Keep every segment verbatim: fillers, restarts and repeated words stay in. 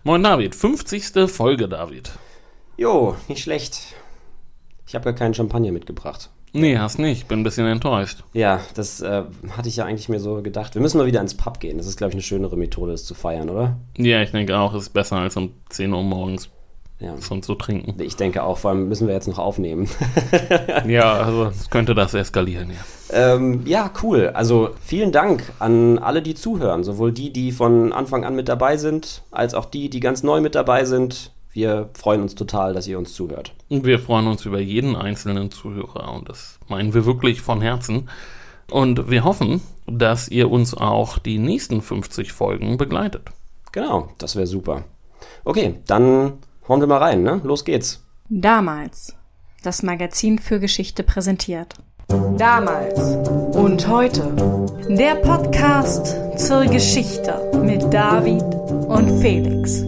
Moin David, fünfzigste Folge, David. Jo, nicht schlecht. Ich habe gar keinen Champagner mitgebracht. Nee, hast nicht. Bin ein bisschen enttäuscht. Ja, das äh, hatte ich ja eigentlich mir so gedacht. Wir müssen mal wieder ins Pub gehen. Das ist, glaube ich, eine schönere Methode, es zu feiern, oder? Ja, ich denke auch, es ist besser als um zehn Uhr morgens Ja. schon zu trinken. Ich denke auch, vor allem müssen wir jetzt noch aufnehmen. Ja, also es könnte das eskalieren, ja. ähm, ja, cool. Also vielen Dank an alle, die zuhören. Sowohl die, die von Anfang an mit dabei sind, als auch die, die ganz neu mit dabei sind. Wir freuen uns total, dass ihr uns zuhört. Und wir freuen uns über jeden einzelnen Zuhörer und das meinen wir wirklich von Herzen. Und wir hoffen, dass ihr uns auch die nächsten fünfzig Folgen begleitet. Genau, das wäre super. Okay, dann hauen wir mal rein, ne? Los geht's. Damals. Das Magazin für Geschichte präsentiert. Damals und heute. Der Podcast zur Geschichte mit David und Felix.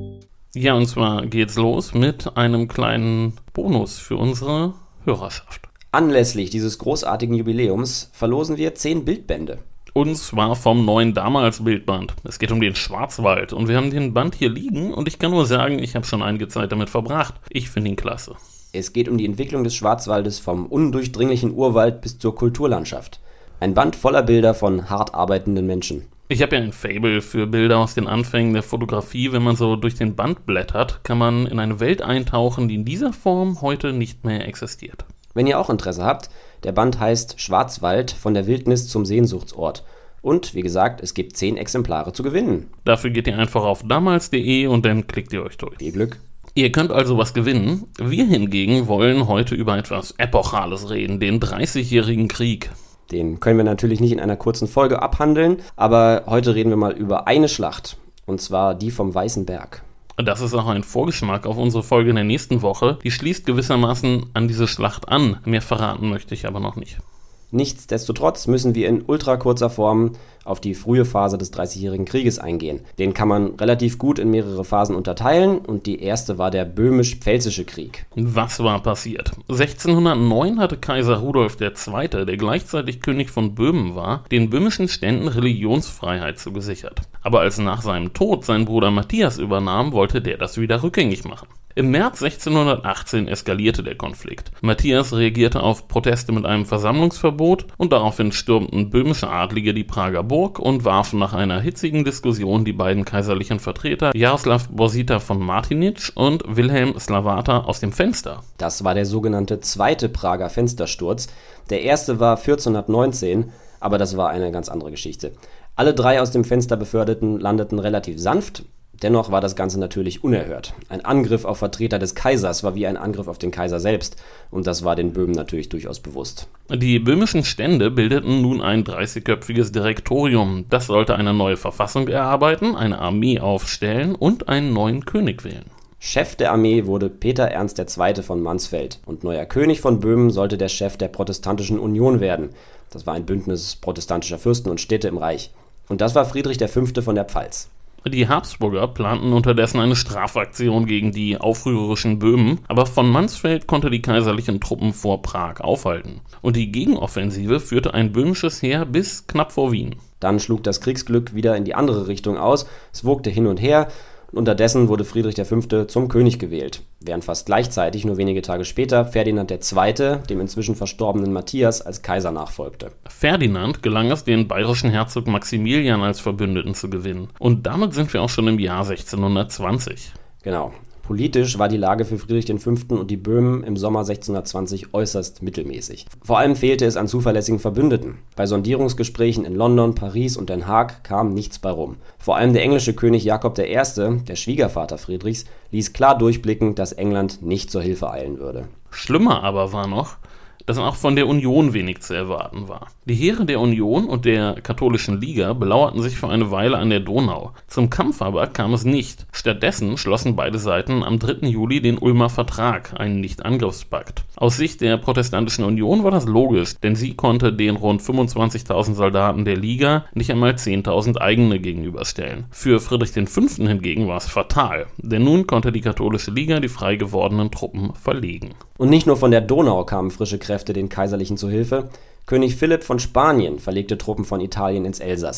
Ja, und zwar geht's los mit einem kleinen Bonus für unsere Hörerschaft. Anlässlich dieses großartigen Jubiläums verlosen wir zehn Bildbände. Und zwar vom neuen Damals-Bildband. Es geht um den Schwarzwald und wir haben den Band hier liegen und ich kann nur sagen, ich habe schon einige Zeit damit verbracht. Ich finde ihn klasse. Es geht um die Entwicklung des Schwarzwaldes vom undurchdringlichen Urwald bis zur Kulturlandschaft. Ein Band voller Bilder von hart arbeitenden Menschen. Ich habe ja ein Faible für Bilder aus den Anfängen der Fotografie. Wenn man so durch den Band blättert, kann man in eine Welt eintauchen, die in dieser Form heute nicht mehr existiert. Wenn ihr auch Interesse habt, der Band heißt Schwarzwald, von der Wildnis zum Sehnsuchtsort. Und wie gesagt, es gibt zehn Exemplare zu gewinnen. Dafür geht ihr einfach auf damals punkt de und dann klickt ihr euch durch. Viel Glück. Ihr könnt also was gewinnen. Wir hingegen wollen heute über etwas Epochales reden, den dreißigjährigen Krieg. Den können wir natürlich nicht in einer kurzen Folge abhandeln, aber heute reden wir mal über eine Schlacht, und zwar die vom Weißen Berg. Das ist auch ein Vorgeschmack auf unsere Folge in der nächsten Woche. Die schließt gewissermaßen an diese Schlacht an. Mehr verraten möchte ich aber noch nicht. Nichtsdestotrotz müssen wir in ultra kurzer Form auf die frühe Phase des dreißigjährigen Krieges eingehen. Den kann man relativ gut in mehrere Phasen unterteilen und die erste war der Böhmisch-Pfälzische Krieg. Was war passiert? sechzehnhundertneun hatte Kaiser Rudolf der Zweite., der gleichzeitig König von Böhmen war, den böhmischen Ständen Religionsfreiheit zugesichert. Aber als nach seinem Tod sein Bruder Matthias übernahm, wollte der das wieder rückgängig machen. Im März sechzehnhundertachtzehn eskalierte der Konflikt. Matthias reagierte auf Proteste mit einem Versammlungsverbot und daraufhin stürmten böhmische Adlige die Prager Burg und warfen nach einer hitzigen Diskussion die beiden kaiserlichen Vertreter Jaroslav Borsita von Martinitsch und Wilhelm Slavata aus dem Fenster. Das war der sogenannte zweite Prager Fenstersturz. Der erste war vierzehnhundertneunzehn, aber das war eine ganz andere Geschichte. Alle drei aus dem Fenster Beförderten landeten relativ sanft. Dennoch war das Ganze natürlich unerhört. Ein Angriff auf Vertreter des Kaisers war wie ein Angriff auf den Kaiser selbst. Und das war den Böhmen natürlich durchaus bewusst. Die böhmischen Stände bildeten nun ein dreißigköpfiges Direktorium. Das sollte eine neue Verfassung erarbeiten, eine Armee aufstellen und einen neuen König wählen. Chef der Armee wurde Peter Ernst der Zweite von Mansfeld. Und neuer König von Böhmen sollte der Chef der Protestantischen Union werden. Das war ein Bündnis protestantischer Fürsten und Städte im Reich. Und das war Friedrich der Fünfte von der Pfalz. Die Habsburger planten unterdessen eine Strafaktion gegen die aufrührerischen Böhmen, aber von Mansfeld konnte die kaiserlichen Truppen vor Prag aufhalten. Und die Gegenoffensive führte ein böhmisches Heer bis knapp vor Wien. Dann schlug das Kriegsglück wieder in die andere Richtung aus. Es wogte hin und her. Unterdessen wurde Friedrich der Fünfte zum König gewählt, während fast gleichzeitig, nur wenige Tage später, Ferdinand der Zweite., dem inzwischen verstorbenen Matthias, als Kaiser nachfolgte. Ferdinand gelang es, den bayerischen Herzog Maximilian als Verbündeten zu gewinnen. Und damit sind wir auch schon im Jahr sechzehnhundertzwanzig. Genau. Politisch war die Lage für Friedrich der Fünfte. und die Böhmen im Sommer sechzehnhundertzwanzig äußerst mittelmäßig. Vor allem fehlte es an zuverlässigen Verbündeten. Bei Sondierungsgesprächen in London, Paris und Den Haag kam nichts bei rum. Vor allem der englische König Jakob der Erste., der Schwiegervater Friedrichs, ließ klar durchblicken, dass England nicht zur Hilfe eilen würde. Schlimmer aber war noch, dass auch von der Union wenig zu erwarten war. Die Heere der Union und der katholischen Liga belauerten sich für eine Weile an der Donau. Zum Kampf aber kam es nicht. Stattdessen schlossen beide Seiten am dritten Juli den Ulmer Vertrag, einen Nichtangriffspakt. Aus Sicht der protestantischen Union war das logisch, denn sie konnte den rund fünfundzwanzigtausend Soldaten der Liga nicht einmal zehntausend eigene gegenüberstellen. Für Friedrich der Fünfte. hingegen war es fatal, denn nun konnte die katholische Liga die frei gewordenen Truppen verlegen. Und nicht nur von der Donau kamen frische Kräfte den Kaiserlichen zu Hilfe. König Philipp von Spanien verlegte Truppen von Italien ins Elsass.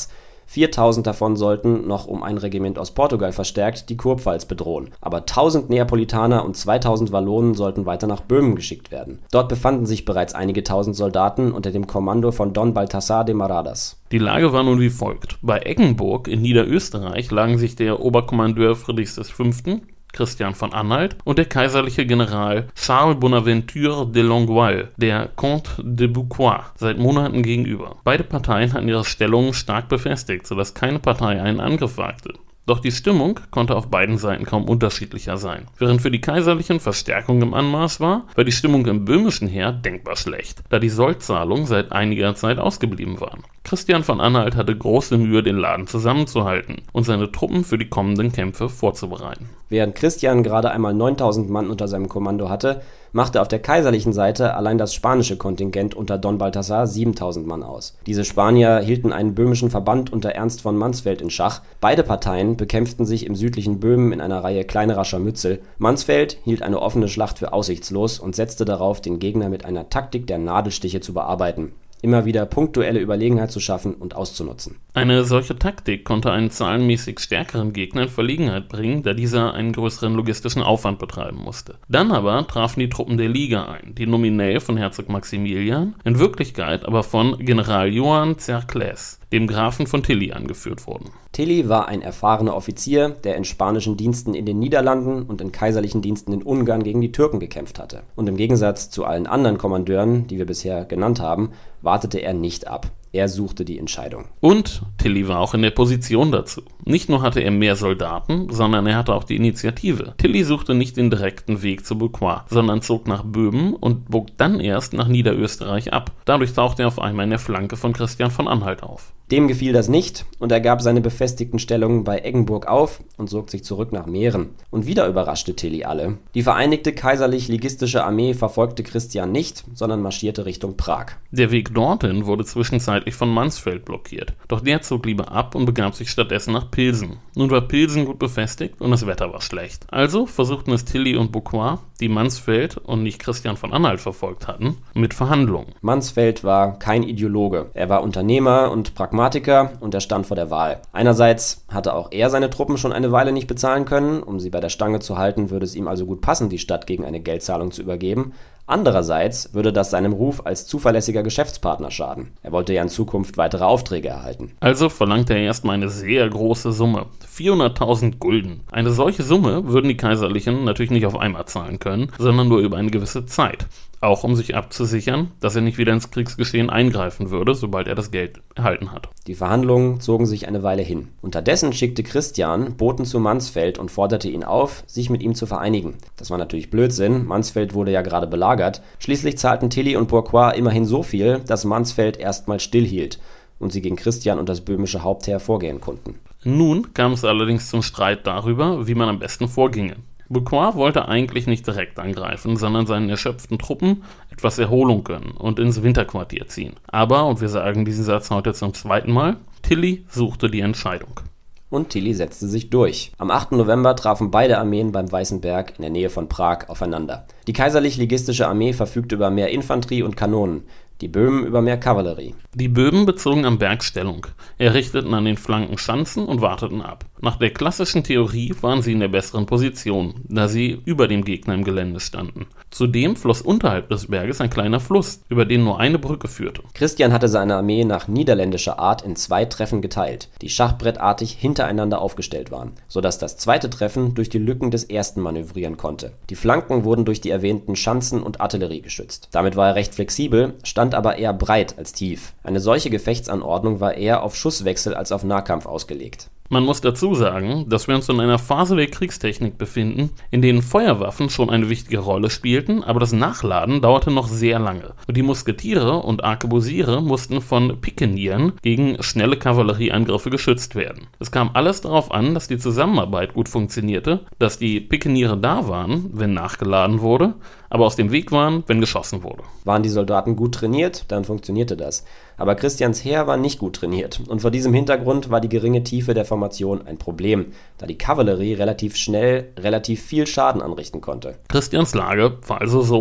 viertausend davon sollten, noch um ein Regiment aus Portugal verstärkt, die Kurpfalz bedrohen. Aber tausend Neapolitaner und zweitausend Wallonen sollten weiter nach Böhmen geschickt werden. Dort befanden sich bereits einige tausend Soldaten unter dem Kommando von Don Baltasar de Maradas. Die Lage war nun wie folgt. Bei Eggenburg in Niederösterreich lagen sich der Oberkommandeur Friedrichs des Fünften, Christian von Anhalt, und der kaiserliche General Charles Bonaventure de Longueuil, der Comte de Bucquoy, seit Monaten gegenüber. Beide Parteien hatten ihre Stellungen stark befestigt, sodass keine Partei einen Angriff wagte. Doch die Stimmung konnte auf beiden Seiten kaum unterschiedlicher sein. Während für die Kaiserlichen Verstärkung im Anmarsch war, war die Stimmung im böhmischen Heer denkbar schlecht, da die Soldzahlungen seit einiger Zeit ausgeblieben waren. Christian von Anhalt hatte große Mühe, den Laden zusammenzuhalten und seine Truppen für die kommenden Kämpfe vorzubereiten. Während Christian gerade einmal neuntausend Mann unter seinem Kommando hatte, machte auf der kaiserlichen Seite allein das spanische Kontingent unter Don Baltasar siebentausend Mann aus. Diese Spanier hielten einen böhmischen Verband unter Ernst von Mansfeld in Schach. Beide Parteien bekämpften sich im südlichen Böhmen in einer Reihe kleinerer Scharmützel. Mansfeld hielt eine offene Schlacht für aussichtslos und setzte darauf, den Gegner mit einer Taktik der Nadelstiche zu bearbeiten, immer wieder punktuelle Überlegenheit zu schaffen und auszunutzen. Eine solche Taktik konnte einen zahlenmäßig stärkeren Gegner in Verlegenheit bringen, da dieser einen größeren logistischen Aufwand betreiben musste. Dann aber trafen die Truppen der Liga ein, die nominell von Herzog Maximilian, in Wirklichkeit aber von General Johann Tserclaes, dem Grafen von Tilly, angeführt wurden. Tilly war ein erfahrener Offizier, der in spanischen Diensten in den Niederlanden und in kaiserlichen Diensten in Ungarn gegen die Türken gekämpft hatte. Und im Gegensatz zu allen anderen Kommandeuren, die wir bisher genannt haben, wartete er nicht ab. Er suchte die Entscheidung. Und Tilly war auch in der Position dazu. Nicht nur hatte er mehr Soldaten, sondern er hatte auch die Initiative. Tilly suchte nicht den direkten Weg zu Bucquoy, sondern zog nach Böhmen und bog dann erst nach Niederösterreich ab. Dadurch tauchte er auf einmal in der Flanke von Christian von Anhalt auf. Dem gefiel das nicht und er gab seine befestigten Stellungen bei Eggenburg auf und zog sich zurück nach Mähren. Und wieder überraschte Tilly alle. Die vereinigte kaiserlich-ligistische Armee verfolgte Christian nicht, sondern marschierte Richtung Prag. Der Weg dorthin wurde zwischenzeitlich von Mansfeld blockiert. Doch der zog lieber ab und begab sich stattdessen nach Pilsen. Nun war Pilsen gut befestigt und das Wetter war schlecht. Also versuchten es Tilly und Bucquoy, die Mansfeld und nicht Christian von Anhalt verfolgt hatten, mit Verhandlungen. Mansfeld war kein Ideologe. Er war Unternehmer und Pragmatiker und er stand vor der Wahl. Einerseits hatte auch er seine Truppen schon eine Weile nicht bezahlen können. Um sie bei der Stange zu halten, würde es ihm also gut passen, die Stadt gegen eine Geldzahlung zu übergeben. Andererseits würde das seinem Ruf als zuverlässiger Geschäftspartner schaden. Er wollte ja in Zukunft weitere Aufträge erhalten. Also verlangte er erstmal eine sehr große Summe. vierhunderttausend Gulden. Eine solche Summe würden die Kaiserlichen natürlich nicht auf einmal zahlen können, sondern nur über eine gewisse Zeit. Auch um sich abzusichern, dass er nicht wieder ins Kriegsgeschehen eingreifen würde, sobald er das Geld erhalten hat. Die Verhandlungen zogen sich eine Weile hin. Unterdessen schickte Christian Boten zu Mansfeld und forderte ihn auf, sich mit ihm zu vereinigen. Das war natürlich Blödsinn, Mansfeld wurde ja gerade belagert. Schließlich zahlten Tilly und Bucquoy immerhin so viel, dass Mansfeld erstmal stillhielt und sie gegen Christian und das böhmische Hauptheer vorgehen konnten. Nun kam es allerdings zum Streit darüber, wie man am besten vorginge. Bucquoy wollte eigentlich nicht direkt angreifen, sondern seinen erschöpften Truppen etwas Erholung gönnen und ins Winterquartier ziehen. Aber, und wir sagen diesen Satz heute zum zweiten Mal, Tilly suchte die Entscheidung. Und Tilly setzte sich durch. Am achten November trafen beide Armeen beim Weißen Berg in der Nähe von Prag aufeinander. Die kaiserlich-ligistische Armee verfügte über mehr Infanterie und Kanonen, die Böhmen über mehr Kavallerie. Die Böhmen bezogen am Berg Stellung, errichteten an den Flanken Schanzen und warteten ab. Nach der klassischen Theorie waren sie in der besseren Position, da sie über dem Gegner im Gelände standen. Zudem floss unterhalb des Berges ein kleiner Fluss, über den nur eine Brücke führte. Christian hatte seine Armee nach niederländischer Art in zwei Treffen geteilt, die schachbrettartig hintereinander aufgestellt waren, sodass das zweite Treffen durch die Lücken des ersten manövrieren konnte. Die Flanken wurden durch die erwähnten Schanzen und Artillerie geschützt. Damit war er recht flexibel, stand aber eher breit als tief. Eine solche Gefechtsanordnung war eher auf Schusswechsel als auf Nahkampf ausgelegt. Man muss dazu sagen, dass wir uns in einer Phase der Kriegstechnik befinden, in denen Feuerwaffen schon eine wichtige Rolle spielten, aber das Nachladen dauerte noch sehr lange. Und die Musketiere und Arkebusiere mussten von Pikenieren gegen schnelle Kavallerieangriffe geschützt werden. Es kam alles darauf an, dass die Zusammenarbeit gut funktionierte, dass die Pikeniere da waren, wenn nachgeladen wurde, aber aus dem Weg waren, wenn geschossen wurde. Waren die Soldaten gut trainiert, dann funktionierte das. Aber Christians Heer war nicht gut trainiert und vor diesem Hintergrund war die geringe Tiefe der Formation ein Problem, da die Kavallerie relativ schnell relativ viel Schaden anrichten konnte. Christians Lage war also so.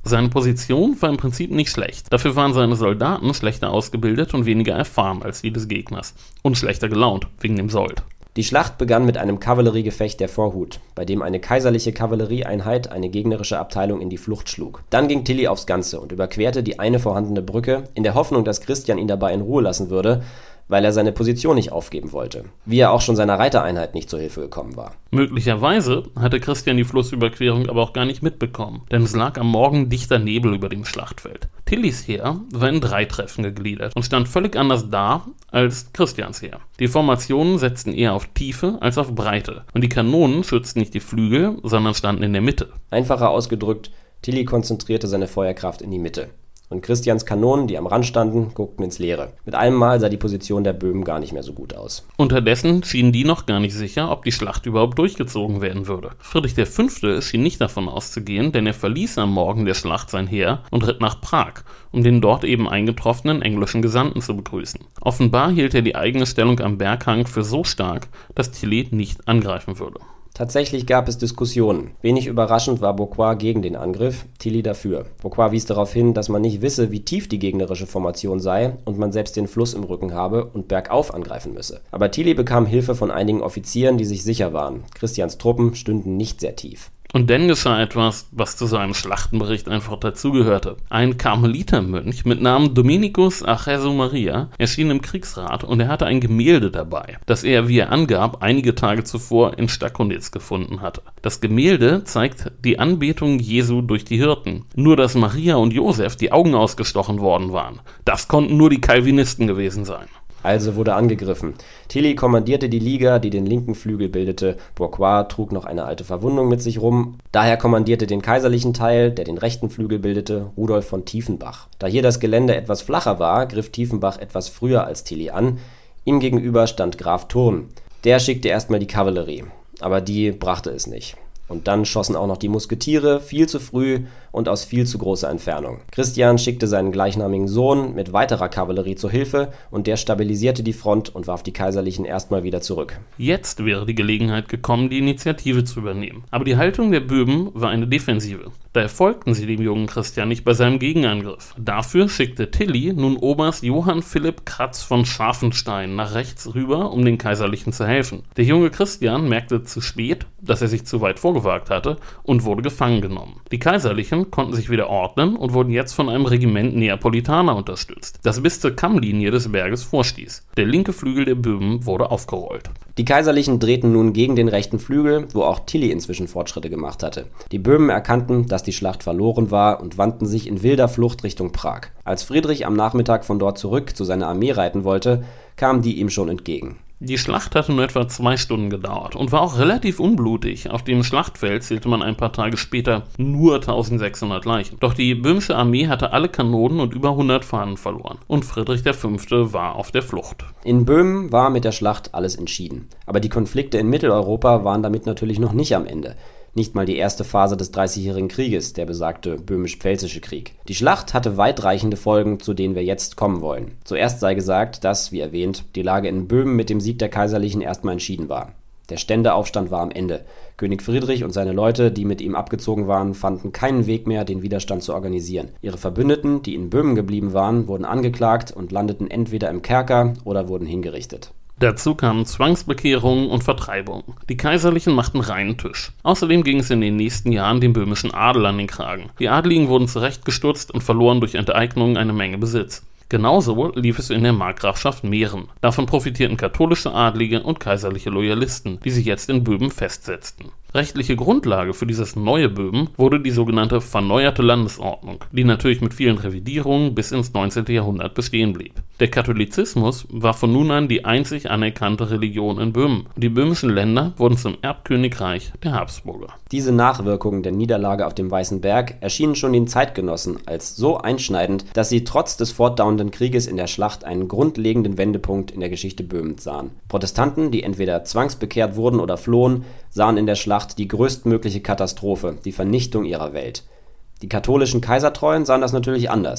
Seine Position war im Prinzip nicht schlecht. Dafür waren seine Soldaten schlechter ausgebildet und weniger erfahren als die des Gegners. Und schlechter gelaunt, wegen dem Sold. Die Schlacht begann mit einem Kavalleriegefecht der Vorhut, bei dem eine kaiserliche Kavallerieeinheit eine gegnerische Abteilung in die Flucht schlug. Dann ging Tilly aufs Ganze und überquerte die eine vorhandene Brücke, in der Hoffnung, dass Christian ihn dabei in Ruhe lassen würde, weil er seine Position nicht aufgeben wollte, wie er auch schon seiner Reitereinheit nicht zur Hilfe gekommen war. Möglicherweise hatte Christian die Flussüberquerung aber auch gar nicht mitbekommen, denn es lag am Morgen dichter Nebel über dem Schlachtfeld. Tillys Heer war in drei Treffen gegliedert und stand völlig anders da als Christians Heer. Die Formationen setzten eher auf Tiefe als auf Breite und die Kanonen schützten nicht die Flügel, sondern standen in der Mitte. Einfacher ausgedrückt, Tilly konzentrierte seine Feuerkraft in die Mitte. Und Christians Kanonen, die am Rand standen, guckten ins Leere. Mit einem Mal sah die Position der Böhmen gar nicht mehr so gut aus. Unterdessen schienen die noch gar nicht sicher, ob die Schlacht überhaupt durchgezogen werden würde. Friedrich der Fünfte schien nicht davon auszugehen, denn er verließ am Morgen der Schlacht sein Heer und ritt nach Prag, um den dort eben eingetroffenen englischen Gesandten zu begrüßen. Offenbar hielt er die eigene Stellung am Berghang für so stark, dass Tilly nicht angreifen würde. Tatsächlich gab es Diskussionen. Wenig überraschend war Beaucois gegen den Angriff, Tilly dafür. Beaucois wies darauf hin, dass man nicht wisse, wie tief die gegnerische Formation sei und man selbst den Fluss im Rücken habe und bergauf angreifen müsse. Aber Tilly bekam Hilfe von einigen Offizieren, die sich sicher waren. Christians Truppen stünden nicht sehr tief. Und dann geschah etwas, was zu seinem Schlachtenbericht einfach dazugehörte. Ein Karmelitermönch mit Namen Dominicus a Jesu Maria erschien im Kriegsrat und er hatte ein Gemälde dabei, das er, wie er angab, einige Tage zuvor in Stackonitz gefunden hatte. Das Gemälde zeigt die Anbetung Jesu durch die Hirten. Nur, dass Maria und Josef die Augen ausgestochen worden waren. Das konnten nur die Calvinisten gewesen sein. Also wurde angegriffen. Tilly kommandierte die Liga, die den linken Flügel bildete. Beaucois trug noch eine alte Verwundung mit sich rum. Daher kommandierte den kaiserlichen Teil, der den rechten Flügel bildete, Rudolf von Tiefenbach. Da hier das Gelände etwas flacher war, griff Tiefenbach etwas früher als Tilly an. Ihm gegenüber stand Graf Thurn. Der schickte erstmal die Kavallerie, aber die brachte es nicht. Und dann schossen auch noch die Musketiere, viel zu früh und aus viel zu großer Entfernung. Christian schickte seinen gleichnamigen Sohn mit weiterer Kavallerie zur Hilfe und der stabilisierte die Front und warf die Kaiserlichen erstmal wieder zurück. Jetzt wäre die Gelegenheit gekommen, die Initiative zu übernehmen. Aber die Haltung der Böhmen war eine Defensive. Daher folgten sie dem jungen Christian nicht bei seinem Gegenangriff. Dafür schickte Tilly nun Oberst Johann Philipp Kratz von Scharfenstein nach rechts rüber, um den Kaiserlichen zu helfen. Der junge Christian merkte zu spät, dass er sich zu weit vorgewagt hatte und wurde gefangen genommen. Die Kaiserlichen konnten sich wieder ordnen und wurden jetzt von einem Regiment Neapolitaner unterstützt, das bis zur Kammlinie des Berges vorstieß. Der linke Flügel der Böhmen wurde aufgerollt. Die Kaiserlichen drehten nun gegen den rechten Flügel, wo auch Tilly inzwischen Fortschritte gemacht hatte. Die Böhmen erkannten, dass die Schlacht verloren war und wandten sich in wilder Flucht Richtung Prag. Als Friedrich am Nachmittag von dort zurück zu seiner Armee reiten wollte, kamen die ihm schon entgegen. Die Schlacht hatte nur etwa zwei Stunden gedauert und war auch relativ unblutig. Auf dem Schlachtfeld zählte man ein paar Tage später nur eintausendsechshundert Leichen. Doch die böhmische Armee hatte alle Kanonen und über hundert Fahnen verloren und Friedrich der Fünfte war auf der Flucht. In Böhmen war mit der Schlacht alles entschieden. Aber die Konflikte in Mitteleuropa waren damit natürlich noch nicht am Ende. Nicht mal die erste Phase des Dreißigjährigen Krieges, der besagte böhmisch-pfälzische Krieg. Die Schlacht hatte weitreichende Folgen, zu denen wir jetzt kommen wollen. Zuerst sei gesagt, dass, wie erwähnt, die Lage in Böhmen mit dem Sieg der Kaiserlichen erstmal entschieden war. Der Ständeaufstand war am Ende. König Friedrich und seine Leute, die mit ihm abgezogen waren, fanden keinen Weg mehr, den Widerstand zu organisieren. Ihre Verbündeten, die in Böhmen geblieben waren, wurden angeklagt und landeten entweder im Kerker oder wurden hingerichtet. Dazu kamen Zwangsbekehrungen und Vertreibungen. Die Kaiserlichen machten reinen Tisch. Außerdem ging es in den nächsten Jahren dem böhmischen Adel an den Kragen. Die Adligen wurden zurechtgestutzt und verloren durch Enteignungen eine Menge Besitz. Genauso lief es in der Markgrafschaft Mähren. Davon profitierten katholische Adlige und kaiserliche Loyalisten, die sich jetzt in Böhmen festsetzten. Rechtliche Grundlage für dieses neue Böhmen wurde die sogenannte verneuerte Landesordnung, die natürlich mit vielen Revidierungen bis ins neunzehnte Jahrhundert bestehen blieb. Der Katholizismus war von nun an die einzig anerkannte Religion in Böhmen und die böhmischen Länder wurden zum Erbkönigreich der Habsburger. Diese Nachwirkungen der Niederlage auf dem Weißen Berg erschienen schon den Zeitgenossen als so einschneidend, dass sie trotz des fortdauernden Krieges in der Schlacht einen grundlegenden Wendepunkt in der Geschichte Böhmens sahen. Protestanten, die entweder zwangsbekehrt wurden oder flohen, sahen in der Schlacht die größtmögliche Katastrophe, die Vernichtung ihrer Welt. Die katholischen Kaisertreuen sahen das natürlich anders.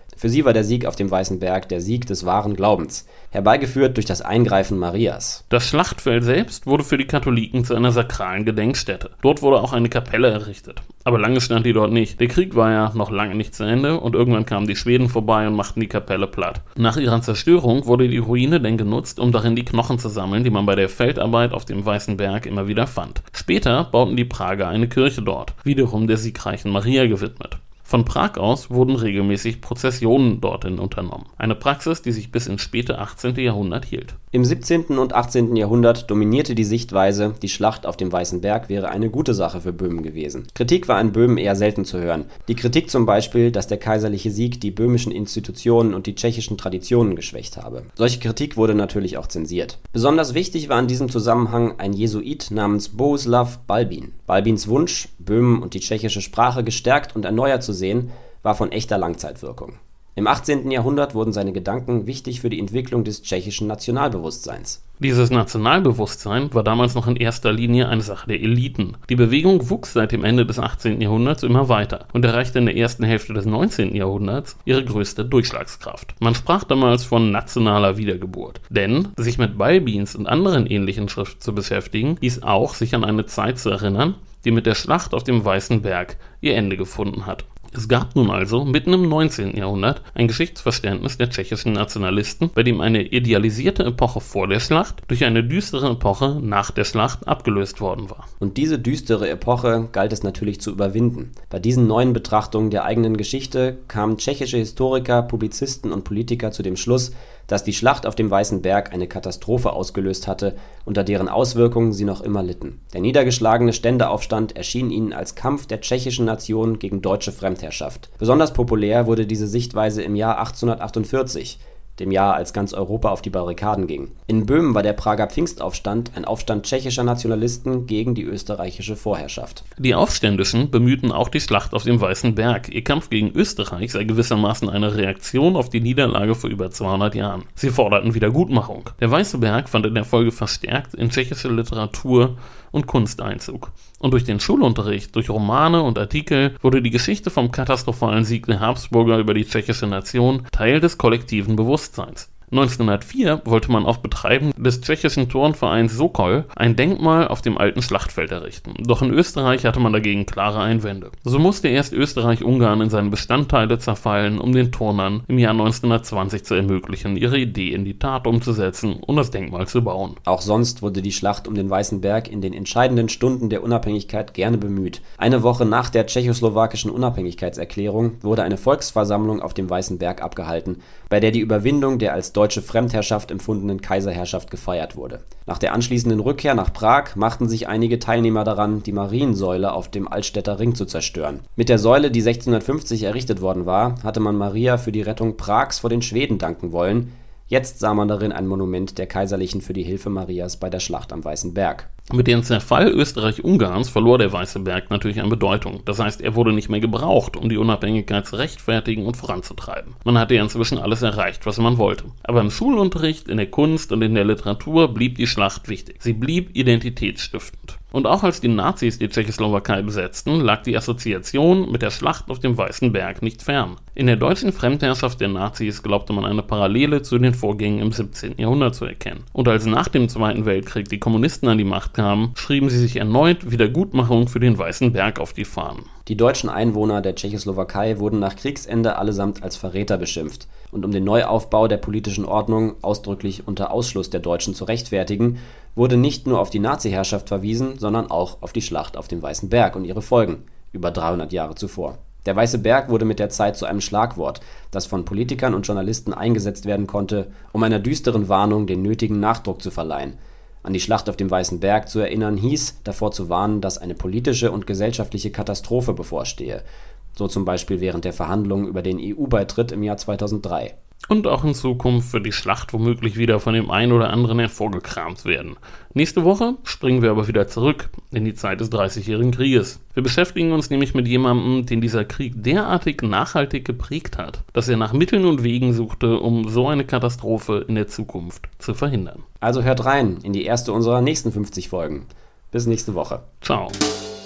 Für sie war der Sieg auf dem Weißen Berg der Sieg des wahren Glaubens, herbeigeführt durch das Eingreifen Marias. Das Schlachtfeld selbst wurde für die Katholiken zu einer sakralen Gedenkstätte. Dort wurde auch eine Kapelle errichtet. Aber lange stand die dort nicht. Der Krieg war ja noch lange nicht zu Ende und irgendwann kamen die Schweden vorbei und machten die Kapelle platt. Nach ihrer Zerstörung wurde die Ruine dann genutzt, um darin die Knochen zu sammeln, die man bei der Feldarbeit auf dem Weißen Berg immer wieder fand. Später bauten die Prager eine Kirche dort, wiederum der siegreichen Maria gewidmet. Von Prag aus wurden regelmäßig Prozessionen dorthin unternommen. Eine Praxis, die sich bis ins späte achtzehnte. Jahrhundert hielt. Im siebzehnten und achtzehnten. Jahrhundert dominierte die Sichtweise, die Schlacht auf dem Weißen Berg wäre eine gute Sache für Böhmen gewesen. Kritik war in Böhmen eher selten zu hören. Die Kritik zum Beispiel, dass der kaiserliche Sieg die böhmischen Institutionen und die tschechischen Traditionen geschwächt habe. Solche Kritik wurde natürlich auch zensiert. Besonders wichtig war in diesem Zusammenhang ein Jesuit namens Bohuslav Balbín. Balbíns Wunsch, Böhmen und die tschechische Sprache gestärkt und erneuert zu sehen, war von echter Langzeitwirkung. Im achtzehnten. Jahrhundert wurden seine Gedanken wichtig für die Entwicklung des tschechischen Nationalbewusstseins. Dieses Nationalbewusstsein war damals noch in erster Linie eine Sache der Eliten. Die Bewegung wuchs seit dem Ende des achtzehnten. Jahrhunderts immer weiter und erreichte in der ersten Hälfte des neunzehnten. Jahrhunderts ihre größte Durchschlagskraft. Man sprach damals von nationaler Wiedergeburt. Denn sich mit Balbíns und anderen ähnlichen Schriften zu beschäftigen, hieß auch, sich an eine Zeit zu erinnern, die mit der Schlacht auf dem Weißen Berg ihr Ende gefunden hat. Es gab nun also mitten im neunzehnten. Jahrhundert ein Geschichtsverständnis der tschechischen Nationalisten, bei dem eine idealisierte Epoche vor der Schlacht durch eine düstere Epoche nach der Schlacht abgelöst worden war. Und diese düstere Epoche galt es natürlich zu überwinden. Bei diesen neuen Betrachtungen der eigenen Geschichte kamen tschechische Historiker, Publizisten und Politiker zu dem Schluss, dass die Schlacht auf dem Weißen Berg eine Katastrophe ausgelöst hatte, unter deren Auswirkungen sie noch immer litten. Der niedergeschlagene Ständeaufstand erschien ihnen als Kampf der tschechischen Nation gegen deutsche Fremdherrschaft. Besonders populär wurde diese Sichtweise im Jahr achtzehnhundertachtundvierzig, dem Jahr, als ganz Europa auf die Barrikaden ging. In Böhmen war der Prager Pfingstaufstand ein Aufstand tschechischer Nationalisten gegen die österreichische Vorherrschaft. Die Aufständischen bemühten auch die Schlacht auf dem Weißen Berg. Ihr Kampf gegen Österreich sei gewissermaßen eine Reaktion auf die Niederlage vor über zweihundert Jahren. Sie forderten Wiedergutmachung. Der Weiße Berg fand in der Folge verstärkt in tschechische Literatur und Kunst Einzug. Und durch den Schulunterricht, durch Romane und Artikel wurde die Geschichte vom katastrophalen Sieg der Habsburger über die tschechische Nation Teil des kollektiven Bewusstseins. neunzehnhundertvier wollte man auf Betreiben des tschechischen Turnvereins Sokol ein Denkmal auf dem alten Schlachtfeld errichten. Doch in Österreich hatte man dagegen klare Einwände. So musste erst Österreich-Ungarn in seine Bestandteile zerfallen, um den Turnern im Jahr neunzehnhundertzwanzig zu ermöglichen, ihre Idee in die Tat umzusetzen und das Denkmal zu bauen. Auch sonst wurde die Schlacht um den Weißen Berg in den entscheidenden Stunden der Unabhängigkeit gerne bemüht. Eine Woche nach der tschechoslowakischen Unabhängigkeitserklärung wurde eine Volksversammlung auf dem Weißen Berg abgehalten, bei der die Überwindung der als deutsche Fremdherrschaft empfundenen Kaiserherrschaft gefeiert wurde. Nach der anschließenden Rückkehr nach Prag machten sich einige Teilnehmer daran, die Mariensäule auf dem Altstädter Ring zu zerstören. Mit der Säule, die sechzehnhundertfünfzig errichtet worden war, hatte man Maria für die Rettung Prags vor den Schweden danken wollen. Jetzt sah man darin ein Monument der Kaiserlichen für die Hilfe Marias bei der Schlacht am Weißen Berg. Mit dem Zerfall Österreich-Ungarns verlor der Weiße Berg natürlich an Bedeutung. Das heißt, er wurde nicht mehr gebraucht, um die Unabhängigkeit zu rechtfertigen und voranzutreiben. Man hatte ja inzwischen alles erreicht, was man wollte. Aber im Schulunterricht, in der Kunst und in der Literatur blieb die Schlacht wichtig. Sie blieb identitätsstiftend. Und auch als die Nazis die Tschechoslowakei besetzten, lag die Assoziation mit der Schlacht auf dem Weißen Berg nicht fern. In der deutschen Fremdherrschaft der Nazis glaubte man eine Parallele zu den Vorgängen im siebzehnten. Jahrhundert zu erkennen. Und als nach dem Zweiten Weltkrieg die Kommunisten an die Macht kamen, schrieben sie sich erneut Wiedergutmachung für den Weißen Berg auf die Fahnen. Die deutschen Einwohner der Tschechoslowakei wurden nach Kriegsende allesamt als Verräter beschimpft. Und um den Neuaufbau der politischen Ordnung ausdrücklich unter Ausschluss der Deutschen zu rechtfertigen, wurde nicht nur auf die Nazi-Herrschaft verwiesen, sondern auch auf die Schlacht auf dem Weißen Berg und ihre Folgen, über dreihundert Jahre zuvor. Der Weiße Berg wurde mit der Zeit zu einem Schlagwort, das von Politikern und Journalisten eingesetzt werden konnte, um einer düsteren Warnung den nötigen Nachdruck zu verleihen. An die Schlacht auf dem Weißen Berg zu erinnern hieß, davor zu warnen, dass eine politische und gesellschaftliche Katastrophe bevorstehe, so zum Beispiel während der Verhandlungen über den E U-Beitritt im Jahr zweitausenddrei. Und auch in Zukunft wird die Schlacht womöglich wieder von dem einen oder anderen hervorgekramt werden. Nächste Woche springen wir aber wieder zurück in die Zeit des Dreißigjährigen Krieges. Wir beschäftigen uns nämlich mit jemandem, den dieser Krieg derartig nachhaltig geprägt hat, dass er nach Mitteln und Wegen suchte, um so eine Katastrophe in der Zukunft zu verhindern. Also hört rein in die erste unserer nächsten fünfzig Folgen. Bis nächste Woche. Ciao.